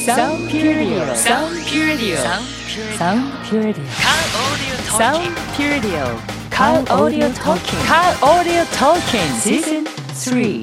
Sound Pure Radio. Sound Pure Radio. Sound Pure Radio. Sound Pure Radio. Car Audio Talking. Car Audio Talking Season 3。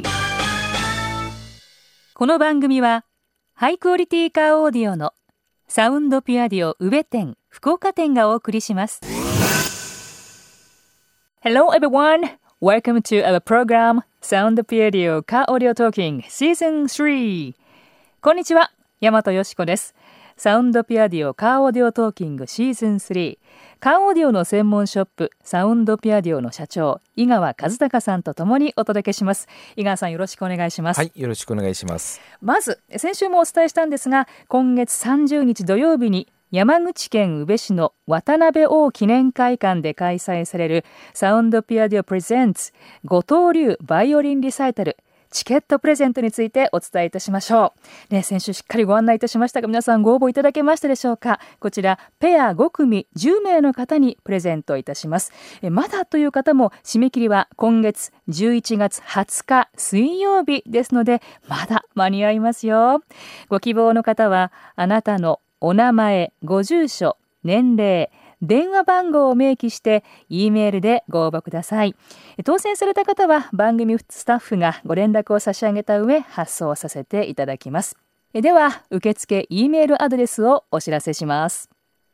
この番組はハイクオリティカーオーディオのサウンドピュアディオ宇部店福岡店がお送りします。Hello everyone. Welcome to our program Sound Pure Audio Car Audio Talking Season 3。こんにちは、大和よしこです。サウンドピュアディオカーオーディオトーキングシーズン3。カーオーディオの専門ショップサウンドピュアディオの社長井川和孝さんとともにお届けします。井川さん、よろしくお願いします。 はい、よろしくお願いします。 まず先週もお伝えしたんですが、今月30日土曜日に山口県宇部市の渡辺王記念会館で開催されるサウンドピュアディオプレゼンツ後藤流バイオリンリサイタルチケットプレゼントについてお伝えいたしましょう。先週しっかりご案内いたしましたが、皆さんご応募いただけましたでしょうか。こちらペア5組10名の方にプレゼントいたします。まだという方も締め切りは今月11月20日水曜日ですので、まだ間に合いますよ。ご希望の方はあなたのお名前、ご住所、年齢、電話番号を明記して E メールでご応募ください。当選された方は番組スタッフがご連絡を差し上げた上発送させていただきます。では受付 E メールアドレスをお知らせします。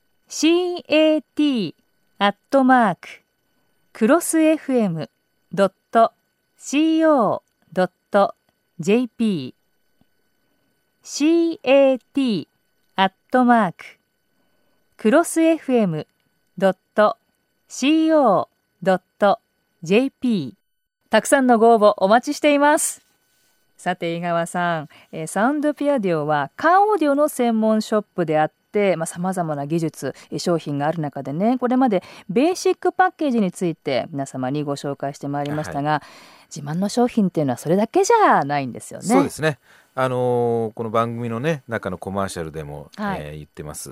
CAT@crossfm.co.jp CAT@crossfm.co.jp たくさんのご応募お待ちしています。さて井川さん、サウンドピュアディオはカーオーディオの専門ショップであって、様々な技術商品がある中でね、これまでベーシックパッケージについて皆様にご紹介してまいりましたが、自慢の商品っていうのはそれだけじゃないんですよね。 そうですね。この番組のね中のコマーシャルでも、言ってます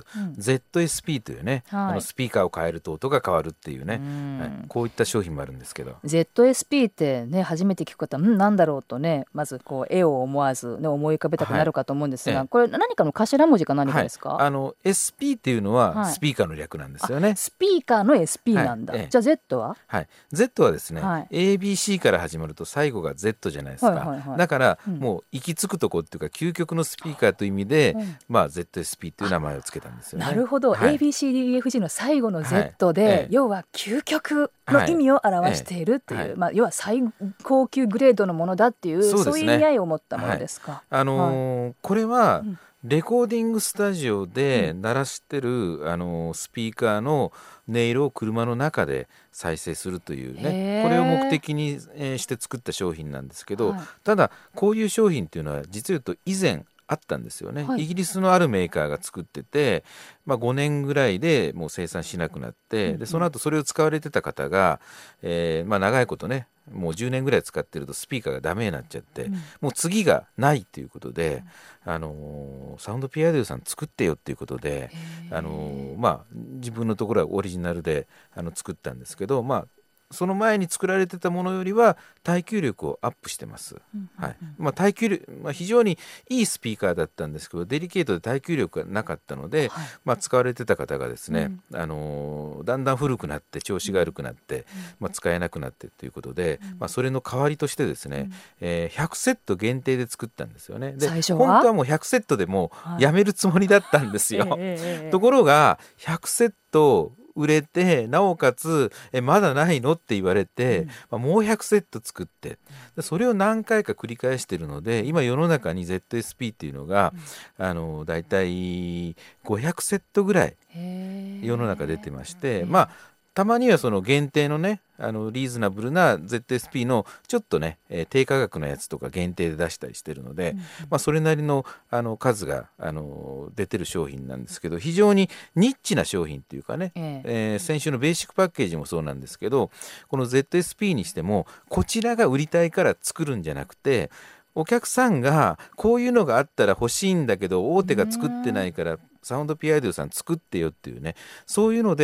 、ZSP というね、スピーカーを変えると音が変わるっていうね、こういった商品もあるんですけど、 ZSP ってね初めて聞く方なんだろうとね、まずこう絵を思わず、思い浮かべたくなるかと思うんですが、これ何かの頭文字か何かですか。 SP っていうのはスピーカーの略なんですよね。 スピーカーの SP なんだ。じゃあ Z は、 Z はですね、ABC から始まると最後が Z じゃないですか。だから、もう行き着くとこっていうか究極のスピーカーという意味で、ZSP という名前をつけたんですよね。 なるほど、ABCDEFG の最後の Z で、要は究極の意味を表しているっていう、要は最高級グレードのものだっていう、そういう意味合いを持ったものですか。 これは、レコーディングスタジオで鳴らしてる、スピーカーの音色を車の中で再生するというね、これを目的に、して作った商品なんですけど、ただこういう商品っていうのは実を言うと以前あったんですよね。イギリスのあるメーカーが作ってて、5年ぐらいでもう生産しなくなって、でその後それを使われてた方が、長いことね、もう10年ぐらい使ってるとスピーカーがダメになっちゃって、もう次がないということで、サウンドピュアディオさん作ってよっていうことで、自分のところはオリジナルで作ったんですけど、その前に作られてたものよりは耐久力をアップしてます。耐久力、非常にいいスピーカーだったんですけど、デリケートで耐久力がなかったので、使われてた方がですね、だんだん古くなって調子が悪くなって、使えなくなってということで、それの代わりとしてですね、100セット限定で作ったんですよね。で本当はもう100セットでもうやめるつもりだったんですよ。ところが100セット売れて、なおかつまだないのって言われて、もう100セット作って、それを何回か繰り返しているので、今世の中に ZSP っていうのが、だいたい500セットぐらい世の中出てまして、たまにはその限定のね、リーズナブルな ZSP のちょっとね、低価格のやつとか限定で出したりしてるので、それなりの数が出てる商品なんですけど、非常にニッチな商品っていうかね、先週のベーシックパッケージもそうなんですけど、この ZSP にしてもこちらが売りたいから作るんじゃなくて、お客さんがこういうのがあったら欲しいんだけど大手が作ってないからサウンドピュアディオさん作ってよっていうね、そういうので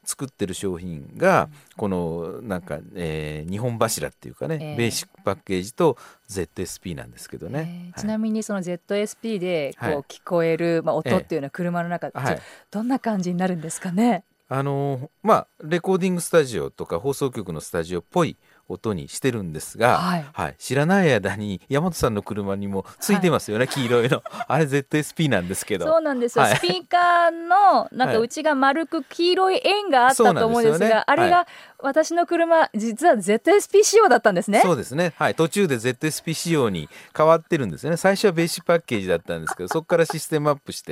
作ってる商品がこのなんか、2本柱っていうかね、ベーシックパッケージと ZSP なんですけどね、 ちなみにその ZSP でこう聞こえる、音っていうのは車の中で、どんな感じになるんですかね。 レコーディングスタジオとか放送局のスタジオっぽい音にしてるんですが、知らない間に大和さんの車にもついてますよね、黄色いのあれ ZSP なんですけど。 そうなんですよ、スピーカーのなんか内が丸く黄色い円があったと思うんですが、あれが私の車実は ZSP 仕様だったんですね。 そうですね、途中で ZSP 仕様に変わってるんですよね。最初はベーシックパッケージだったんですけど、そこからシステムアップして、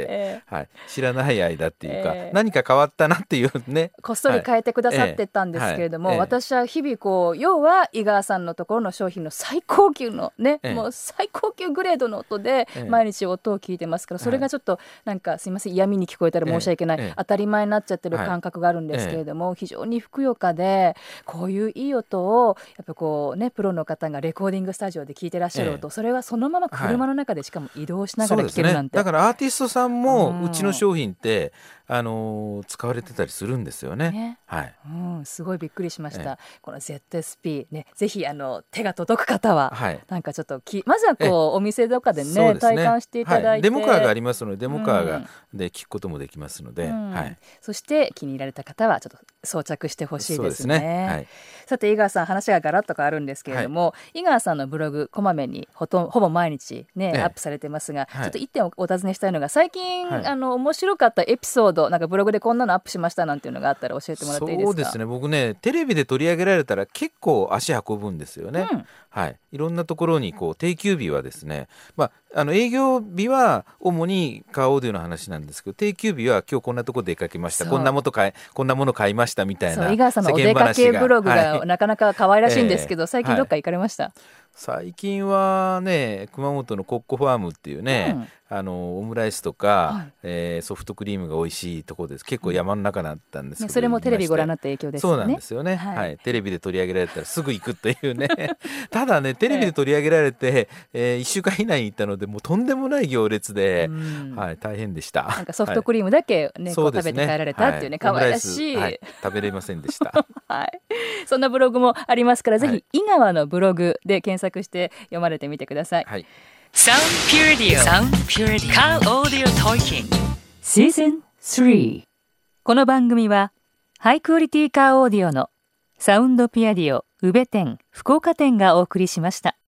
知らない間っていうか、何か変わったなっていうね、 こっそり変えてくださってたんですけれども、私は日々こう要は井川さんのところの商品の最高級のね、もう最高級グレードの音で毎日音を聞いてますから、それがちょっとなんかすいません、嫌味に聞こえたら申し訳ない、当たり前になっちゃってる感覚があるんですけれども、非常にふくよかで、こういういい音をやっぱこうね、プロの方がレコーディングスタジオで聞いてらっしゃる音、それはそのまま車の中でしかも移動しながら聞けるなんて、 だからアーティストさんもうちの商品って使われてたりするんですよね。 すごいびっくりしました、この ZSP ね、ぜひ手が届く方は、なんかちょっとまずはこうお店とかでね、体感していただいて、 デモカーがありますので、デモカーで聞くこともできますので、 そして気に入られた方はちょっと装着してほしいですね。さて井川さん、話がガラッと変わるんですけれども、井川さんのブログこまめにほぼ毎日ね、アップされてますが、ちょっと一点お尋ねしたいのが、最近、面白かったエピソード、なんかブログでこんなのアップしましたなんていうのがあったら教えてもらっていいですか。 そうですね、僕ねテレビで取り上げられたら結構足運ぶんですよね。いろんなところにこう定休日はですね、営業日は主にカーオーディオの話なんですけど、定休日は今日こんなとこ出かけました、こんなもの買いましたみたいな、 井川さんのお出かけブログがなかなか可愛らしいんですけど、最近どっか行かれました。 最近はね、熊本のコッコファームっていうね、オムライスとか、ソフトクリームが美味しいところです。結構山の中だったんですけど、 それもテレビご覧になった影響ですよね。 そうなんですよね、テレビで取り上げられたらすぐ行くというねただね、テレビで取り上げられて、1週間以内に行ったので、もうとんでもない行列で、大変でした。 なんかソフトクリームだけ、ね、こう食べて帰られたっていうね、可愛らしい、 食べれませんでしたそんなブログもありますから、ぜひ井川のブログで検索して読まれてみてください。Sound Pure Car Audio Talking Season 3。 この番組はハイクオリティカーオーディオのサウンドピアディオ宇部店福岡店がお送りしました。